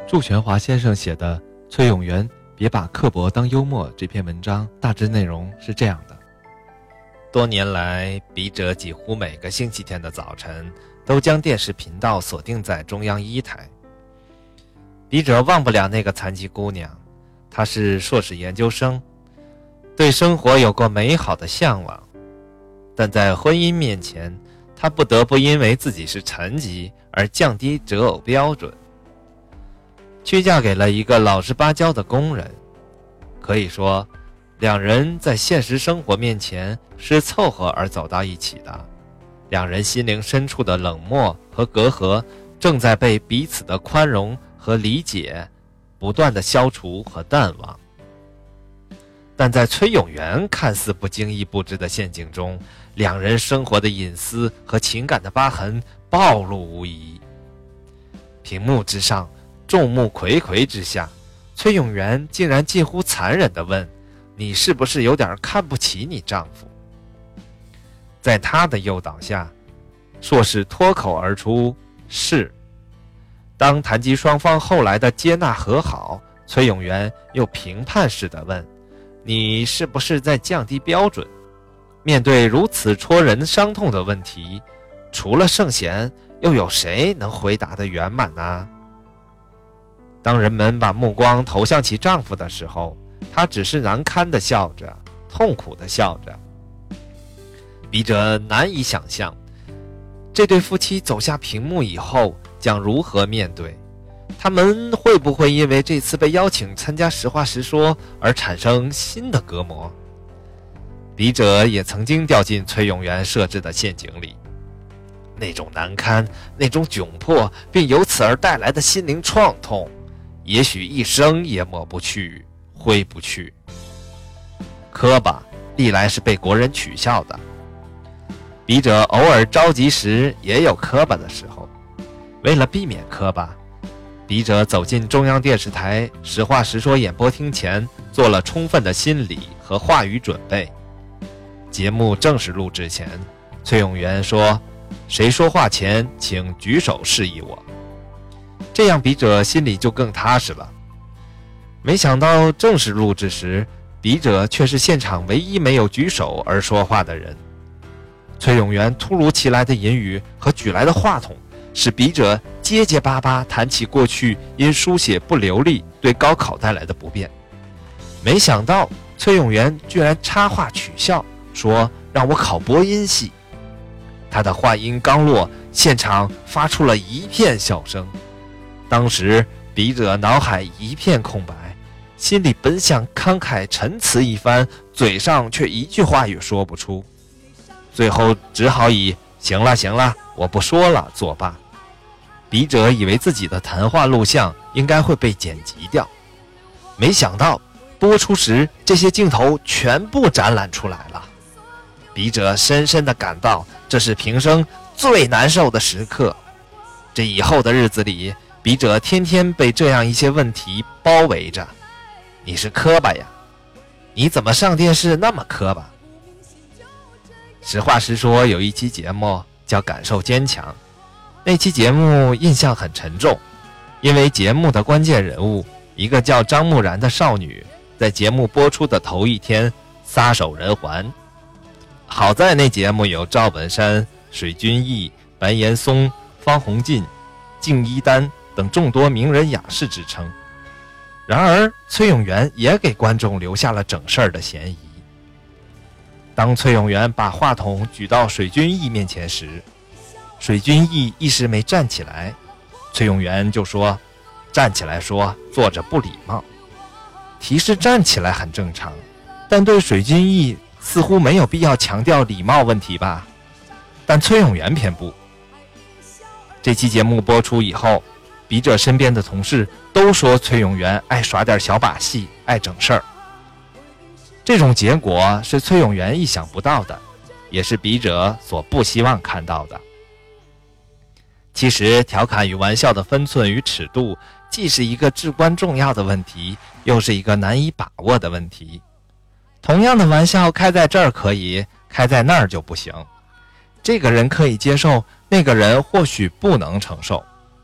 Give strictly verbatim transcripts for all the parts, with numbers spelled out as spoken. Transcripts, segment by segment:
祝全华先生写的《崔永元别把刻薄当幽默》这篇文章大致内容是这样的： 多年来，笔者几乎每个星期天的早晨都将电视频道锁定在中央一台。笔者忘不了那个残疾姑娘，她是硕士研究生，对生活有过美好的向往，但在婚姻面前，她不得不因为自己是残疾而降低择偶标准，去嫁给了一个老实巴交的工人。可以说，两人在现实生活面前是凑合而走到一起的，两人心灵深处的冷漠和隔阂正在被彼此的宽容和理解不断的消除和淡忘。但在崔永元看似不经意布置的陷阱中，两人生活的隐私和情感的疤痕暴露无遗。屏幕之上，众目睽睽之下，崔永元竟然近乎残忍地问：你是不是有点看不起你丈夫？在他的诱导下，硕士脱口而出：是。当谈及双方后来的接纳和好，崔永元又评判式地问：你是不是在降低标准？面对如此戳人伤痛的问题，除了圣贤，又有谁能回答得圆满呢？当人们把目光投向其丈夫的时候，他只是难堪地笑着，痛苦地笑着。笔者难以想象，这对夫妻走下屏幕以后将如何面对，他们会不会因为这次被邀请参加实话实说而产生新的隔膜？笔者也曾经掉进崔永元设置的陷阱里，那种难堪，那种窘迫，并由此而带来的心灵创痛，也许一生也抹不去，挥不去。磕巴历来是被国人取笑的，笔者偶尔着急时也有磕巴的时候。为了避免磕巴，笔者走进中央电视台实话实说演播厅前，做了充分的心理和话语准备。节目正式录制前，崔永元说：谁说话前请举手示意我。这样笔者心里就更踏实了。没想到正式录制时，笔者却是现场唯一没有举手而说话的人。崔永元突如其来的言语和举来的话筒，使笔者结结巴巴谈起过去因书写不流利对高考带来的不便。没想到崔永元居然插话取笑，说让我考播音系。他的话音刚落，现场发出了一片笑声。当时笔者脑海一片空白，心里本想慷慨陈词一番，嘴上却一句话也说不出，最后只好以行了行了，我不说了作罢。笔者以为自己的谈话录像应该会被剪辑掉，没想到播出时这些镜头全部展览出来了。笔者深深地感到这是平生最难受的时刻。这以后的日子里，笔者天天被这样一些问题包围着。你是磕巴呀？你怎么上电视那么磕巴？实话实说，有一期节目叫《感受坚强》，那期节目印象很沉重，因为节目的关键人物，一个叫张木然的少女，在节目播出的头一天撒手人寰。好在那节目有赵本山、水均益、白岩松、方鸿进、敬一丹等众多名人雅士之称。然而崔永元也给观众留下了整事儿的嫌疑。当崔永元把话筒举到水均益面前时，水均益一时没站起来，崔永元就说：站起来说，坐着不礼貌。提示站起来很正常，但对水均益似乎没有必要强调礼貌问题吧？但崔永元偏不。这期节目播出以后，笔者身边的同事都说崔永元爱耍点小把戏，爱整事儿。这种结果是崔永元意想不到的，也是笔者所不希望看到的。其实调侃与玩笑的分寸与尺度，既是一个至关重要的问题，又是一个难以把握的问题。同样的玩笑开在这儿可以，开在那儿就不行。这个人可以接受，那个人或许不能承受。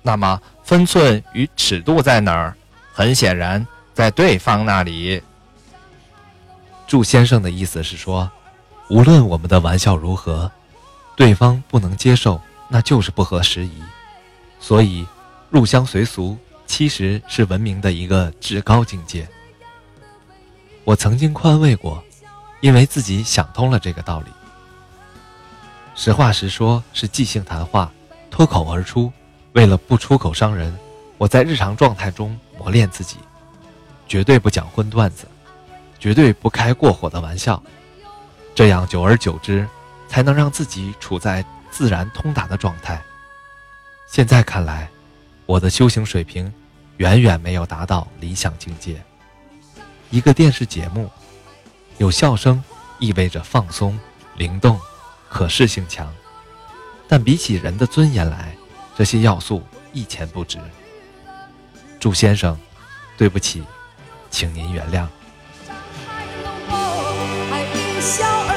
那么分寸与尺度在哪儿？很显然，在对方那里。 祝先生的意思是说，无论我们的玩笑如何，对方不能接受，那就是不合时宜。所以，入乡随俗其实是文明的一个至高境界。我曾经宽慰过，因为自己想通了这个道理。实话实说是即兴谈话，脱口而出。为了不出口伤人，我在日常状态中磨练自己，绝对不讲荤段子，绝对不开过火的玩笑，这样久而久之，才能让自己处在自然通达的状态。现在看来，我的修行水平远远没有达到理想境界。一个电视节目，有笑声意味着放松、灵动、可视性强，但比起人的尊严来，这些要素一钱不值。祝先生，对不起，请您原谅。 还一笑而